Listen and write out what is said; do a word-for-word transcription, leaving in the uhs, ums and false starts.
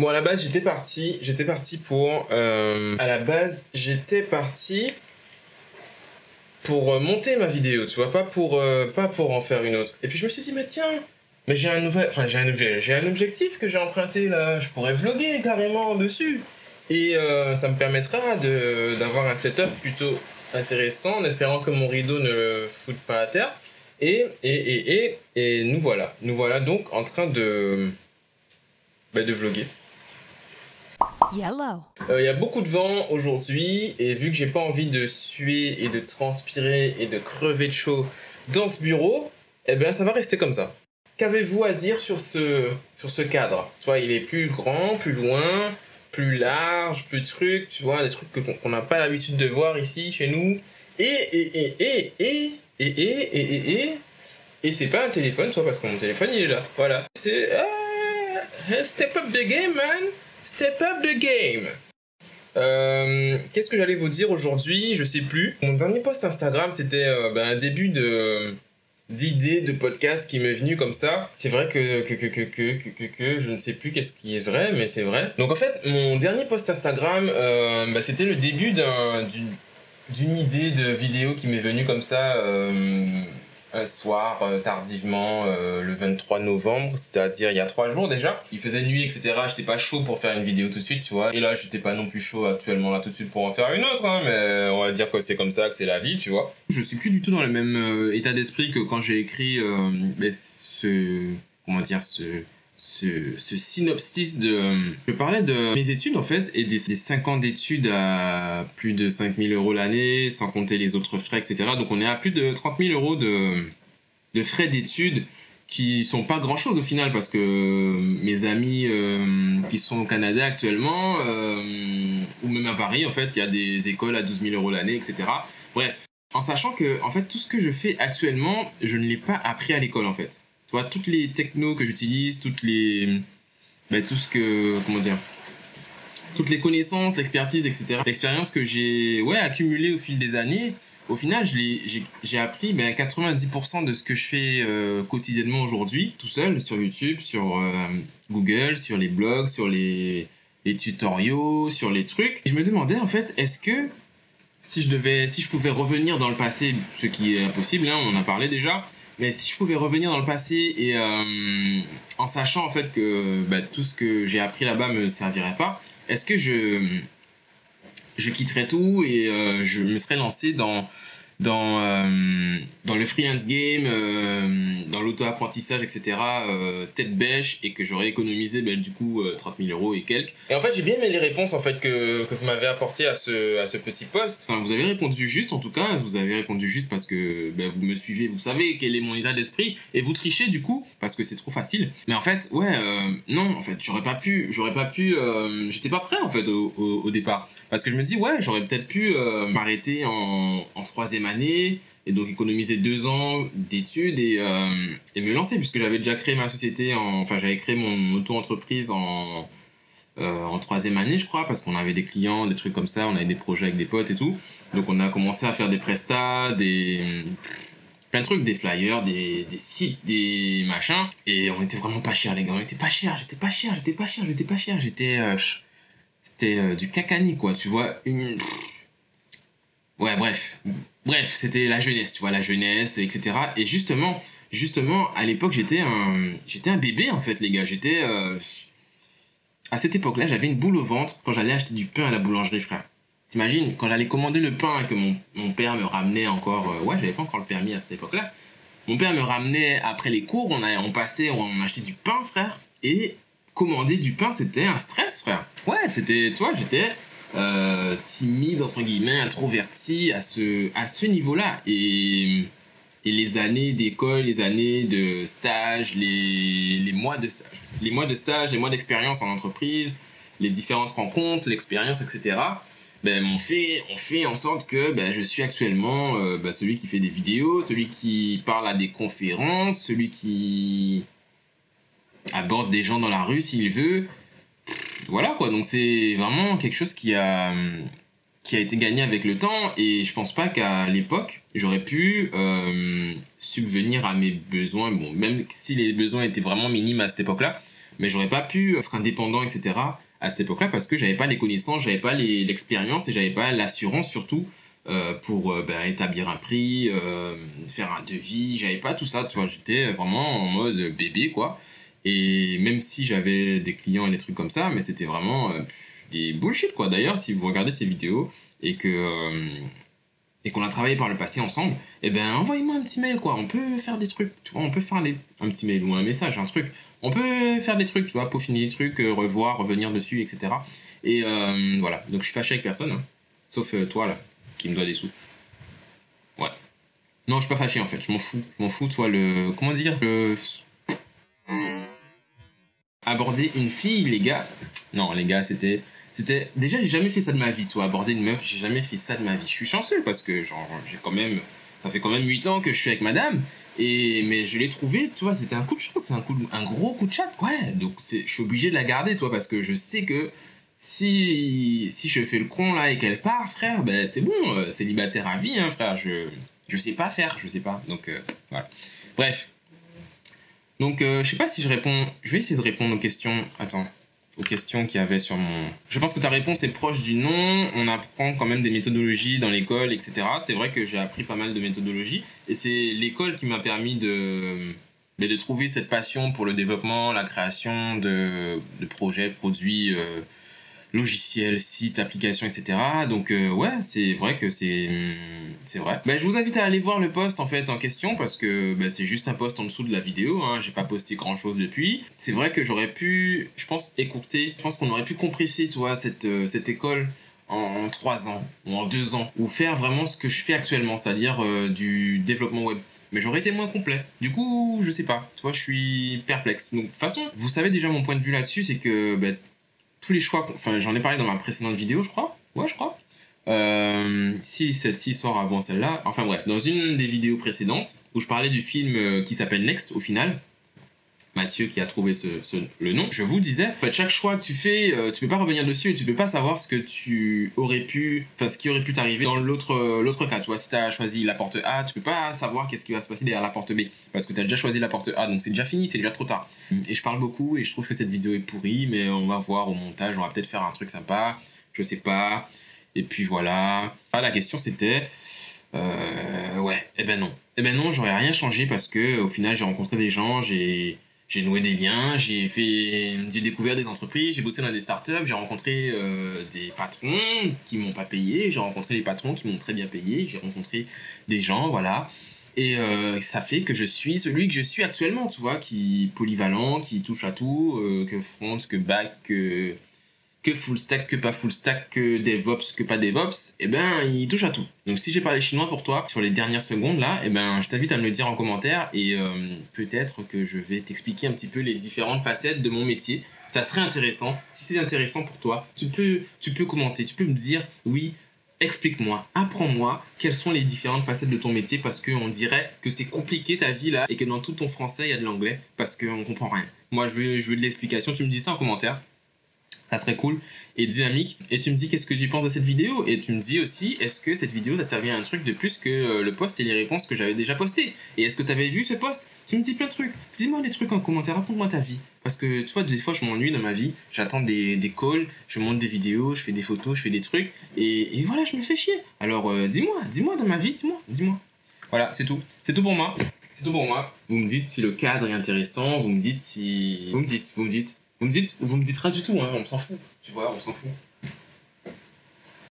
Bon, à la base, j'étais parti, j'étais parti pour... Euh, à la base, j'étais parti pour euh, monter ma vidéo, tu vois, pas pour, euh, pas pour en faire une autre. Et puis je me suis dit, mais tiens, mais j'ai un nouvel... Enfin, j'ai un, objet, j'ai un objectif que j'ai emprunté, là. Je pourrais vlogger carrément dessus. Et euh, ça me permettra de, d'avoir un setup plutôt intéressant, en espérant que mon rideau ne le foute pas à terre. Et, et, et, et, et nous voilà. Nous voilà donc en train de... Bah, de vlogger. Yellow. Il euh, y a beaucoup de vent aujourd'hui et vu que j'ai pas envie de suer et de transpirer et de crever de chaud dans ce bureau, eh bien ça va rester comme ça. Qu'avez-vous à dire sur ce, sur ce cadre? Tu vois, il est plus grand, plus loin, plus large, plus truc, tu vois, des trucs que, qu'on n'a pas l'habitude de voir ici, chez nous. Et, et, et, et, et, et, et, et, et, et, et c'est pas un téléphone, tu vois, parce que mon téléphone il est là. Voilà. C'est... Ah, step up the game, man! Step up the game. Euh, qu'est-ce que j'allais vous dire aujourd'hui? Je sais plus. Mon dernier post Instagram, c'était euh, ben, un début de d'idée de podcast qui m'est venu comme ça. C'est vrai que que, que, que, que, que, que, que je ne sais plus qu'est-ce qui est vrai, mais c'est vrai. Donc en fait, mon dernier post Instagram, euh, ben, c'était le début d'un, d'une, d'une idée de vidéo qui m'est venue comme ça euh, un soir, euh, tardivement, euh, le vingt-trois novembre, c'est-à-dire il y a trois jours déjà. Il faisait nuit, et cetera. J'étais pas chaud pour faire une vidéo tout de suite, tu vois. Et là, j'étais pas non plus chaud actuellement là tout de suite pour en faire une autre, hein, mais on va dire que c'est comme ça, que c'est la vie, tu vois. Je suis plus du tout dans le même euh, état d'esprit que quand j'ai écrit euh, ce... Comment dire, ce... Ce, ce synopsis de... Je parlais de mes études en fait, et des, des cinq ans d'études à plus de cinq mille euros l'année, sans compter les autres frais, et cetera. Donc on est à plus de trente mille euros de, de frais d'études qui sont pas grand chose au final, parce que mes amis euh, qui sont au Canada actuellement, euh, ou même à Paris en fait, il y a des écoles à douze mille euros l'année, et cetera. Bref, en sachant que en fait tout ce que je fais actuellement, je ne l'ai pas appris à l'école en fait. Tu vois, toutes les technos que j'utilise, toutes les... Ben, tout ce que... Comment dire? Toutes les connaissances, l'expertise, et cetera. L'expérience que j'ai ouais, accumulée au fil des années, au final, je l'ai, j'ai, j'ai appris ben, quatre-vingt-dix pour cent de ce que je fais euh, quotidiennement aujourd'hui, tout seul, sur YouTube, sur euh, Google, sur les blogs, sur les, les tutoriaux, sur les trucs. Et je me demandais, en fait, est-ce que si je devais, si je pouvais revenir dans le passé, ce qui est impossible, hein, on en a parlé déjà, mais si je pouvais revenir dans le passé et euh, en sachant en fait que bah, tout ce que j'ai appris là-bas me servirait pas, est-ce que je, je quitterais tout et euh, je me serais lancé dans, dans, euh, dans le freelance game, euh, dans l'auto-apprentissage, et cetera, euh, tête bêche, et que j'aurais économisé bah, du coup euh, trente mille euros et quelques. Et en fait, j'ai bien aimé les réponses en fait, que, que vous m'avez apportées à ce, à ce petit post. Enfin, vous avez répondu juste, en tout cas, vous avez répondu juste parce que bah, vous me suivez, vous savez quel est mon état d'esprit, et vous trichez du coup, parce que c'est trop facile. Mais en fait, ouais, euh, non, en fait, j'aurais pas pu, j'aurais pas pu, euh, j'étais pas prêt en fait au, au, au départ. Parce que je me dis, ouais, j'aurais peut-être pu euh, m'arrêter en, en troisième année, et donc économiser deux ans d'études et, euh, et me lancer, puisque j'avais déjà créé ma société, en, enfin j'avais créé mon auto-entreprise en, euh, en troisième année, je crois, parce qu'on avait des clients, des trucs comme ça, on avait des projets avec des potes et tout. Donc on a commencé à faire des prestats, des... plein de trucs, des flyers, des, des sites, des machins. Et on était vraiment pas cher, les gars, on était pas cher, j'étais pas cher, j'étais pas cher, j'étais pas cher, j'étais... Euh, c'était euh, du cacani, quoi, tu vois, une... Ouais, bref. Bref, c'était la jeunesse, tu vois, la jeunesse, et cetera. Et justement, justement, à l'époque, j'étais un, j'étais un bébé, en fait, les gars. J'étais... Euh... À cette époque-là, j'avais une boule au ventre quand j'allais acheter du pain à la boulangerie, frère. T'imagines, quand j'allais commander le pain et que mon, mon père me ramenait encore... Euh... Ouais, j'avais pas encore le permis à cette époque-là. Mon père me ramenait après les cours, on, a, on passait, on achetait du pain, frère. Et commander du pain, c'était un stress, frère. Ouais, c'était... Tu vois, j'étais... Euh, timide entre guillemets, introverti à ce, à ce niveau-là, et, et les années d'école, les années de stage, les, les mois de stage, les mois de stage, les mois d'expérience en entreprise, les différentes rencontres, l'expérience, et cetera. Ben, m'ont fait, on fait en sorte que ben, je suis actuellement euh, ben, celui qui fait des vidéos, celui qui parle à des conférences, celui qui aborde des gens dans la rue s'il veut. Voilà quoi, donc c'est vraiment quelque chose qui a, qui a été gagné avec le temps, et je pense pas qu'à l'époque j'aurais pu euh, subvenir à mes besoins, bon, même si les besoins étaient vraiment minimes à cette époque là, mais j'aurais pas pu être indépendant, et cetera à cette époque-là parce que j'avais pas les connaissances, j'avais pas les- l'expérience et j'avais pas l'assurance surtout euh, pour euh, bah, établir un prix, euh, faire un devis, j'avais pas tout ça, tu vois, j'étais vraiment en mode bébé quoi. Et même si j'avais des clients et des trucs comme ça, mais c'était vraiment euh, pff, des bullshit quoi. D'ailleurs, si vous regardez ces vidéos et que euh, et qu'on a travaillé par le passé ensemble, eh ben envoyez-moi un petit mail quoi. On peut faire des trucs, tu vois, on peut faire des... un petit mail ou un message, un truc. On peut faire des trucs, tu vois, peaufiner des trucs, euh, revoir, revenir dessus, et cetera. Et euh, voilà. Donc je suis fâché avec personne, hein. Sauf euh, toi là, qui me doit des sous. Ouais. Non, je suis pas fâché en fait. Je m'en fous. Je m'en fous, toi le, comment dire, le... aborder une fille, les gars. Non, les gars, c'était. C'était. Déjà, j'ai jamais fait ça de ma vie, toi. Aborder une meuf, j'ai jamais fait ça de ma vie. Je suis chanceux parce que, genre, j'ai quand même. Ça fait quand même huit ans que je suis avec madame. Et. Mais je l'ai trouvé, tu vois, c'était un coup de chance. C'est un, coup de- un gros coup de chat, ouais. Donc, c'est- je suis obligé de la garder, toi, parce que je sais que. Si. Si je fais le con, là, et qu'elle part, frère, ben, c'est bon. euh, célibataire à vie, hein, frère. Je. Je sais pas faire, je sais pas. Donc, euh, voilà. Bref. Donc, euh, je sais pas si je réponds. Je vais essayer de répondre aux questions. Attends. Aux questions qu'il y avait sur mon. Je pense que ta réponse est proche du non. On apprend quand même des méthodologies dans l'école, et cetera. C'est vrai que j'ai appris pas mal de méthodologies. Et c'est l'école qui m'a permis de. Mais de trouver cette passion pour le développement, la création de, de projets, produits, euh, logiciels, sites, applications, et cetera. Donc euh, ouais, c'est vrai que c'est c'est vrai. Bah, je vous invite à aller voir le post en fait en question parce que bah, c'est juste un post en dessous de la vidéo. Hein. J'ai pas posté grand chose depuis. C'est vrai que j'aurais pu, je pense, écourter. Je pense qu'on aurait pu compresser, tu vois, cette euh, cette école en, en trois ans ou en deux ans ou faire vraiment ce que je fais actuellement, c'est-à-dire euh, du développement web. Mais j'aurais été moins complet. Du coup, je sais pas. Tu vois, je suis perplexe. Donc, de toute façon, vous savez déjà mon point de vue là-dessus, c'est que bah, tous les choix, enfin j'en ai parlé dans ma précédente vidéo je crois, ouais je crois, euh, si celle-ci sort avant celle-là, enfin bref, dans une des vidéos précédentes où je parlais du film euh, qui s'appelle Next au final, Mathieu qui a trouvé ce, ce- le nom, je vous disais, en fait, chaque choix que tu fais, euh, tu peux pas revenir dessus et tu peux pas savoir ce que tu aurais pu, enfin ce qui aurait pu t'arriver dans l'autre euh, l'autre cas, tu vois, si tu as choisi la porte A, tu peux pas savoir qu'est-ce qui va se passer derrière la porte B, parce que tu as déjà choisi la porte A, donc c'est déjà fini, c'est déjà trop tard. Et je parle beaucoup et je trouve que cette vidéo est pourrie, mais on va voir au montage, on va peut-être faire un truc sympa, je sais pas, et puis voilà. Ah, la question c'était... Euh, ouais, eh ben non. Eh ben non, j'aurais rien changé parce que au final j'ai rencontré des gens, j'ai j'ai noué des liens, j'ai fait, j'ai découvert des entreprises, j'ai bossé dans des startups, j'ai rencontré euh, des patrons qui m'ont pas payé, j'ai rencontré des patrons qui m'ont très bien payé, j'ai rencontré des gens, voilà. Et euh, ça fait que je suis celui que je suis actuellement, tu vois, qui est polyvalent, qui touche à tout, euh, que front, que back, que que full stack, que pas full stack, que DevOps, que pas DevOps, eh ben, il touche à tout. Donc si j'ai parlé chinois pour toi sur les dernières secondes là, eh ben, je t'invite à me le dire en commentaire et euh, peut-être que je vais t'expliquer un petit peu les différentes facettes de mon métier. Ça serait intéressant. Si c'est intéressant pour toi, tu peux, tu peux commenter, tu peux me dire oui. Explique-moi, apprends-moi quelles sont les différentes facettes de ton métier parce qu'on dirait que c'est compliqué ta vie là et que dans tout ton français il y a de l'anglais parce qu'on comprend rien. Moi je veux, je veux de l'explication, tu me dis ça en commentaire. Ça serait cool et dynamique. Et tu me dis qu'est-ce que tu penses de cette vidéo. Et tu me dis aussi, est-ce que cette vidéo t'a servi à un truc de plus que euh, le post et les réponses que j'avais déjà postées. Et est-ce que t'avais vu ce post. Tu me dis plein de trucs. Dis-moi des trucs en commentaire, raconte-moi ta vie. Parce que tu vois, des fois je m'ennuie dans ma vie. J'attends des, des calls, je monte des vidéos, je fais des photos, je fais des trucs. Et, et voilà, je me fais chier. Alors euh, dis-moi, dis-moi dans ma vie, dis-moi, dis-moi. Voilà, c'est tout. C'est tout pour moi. C'est tout pour moi. Vous me dites si le cadre est intéressant, vous me dites si... Vous me dites, vous me dites. Vous me dites, vous me dites rien du tout, hein, on s'en fout. Tu vois, on s'en fout.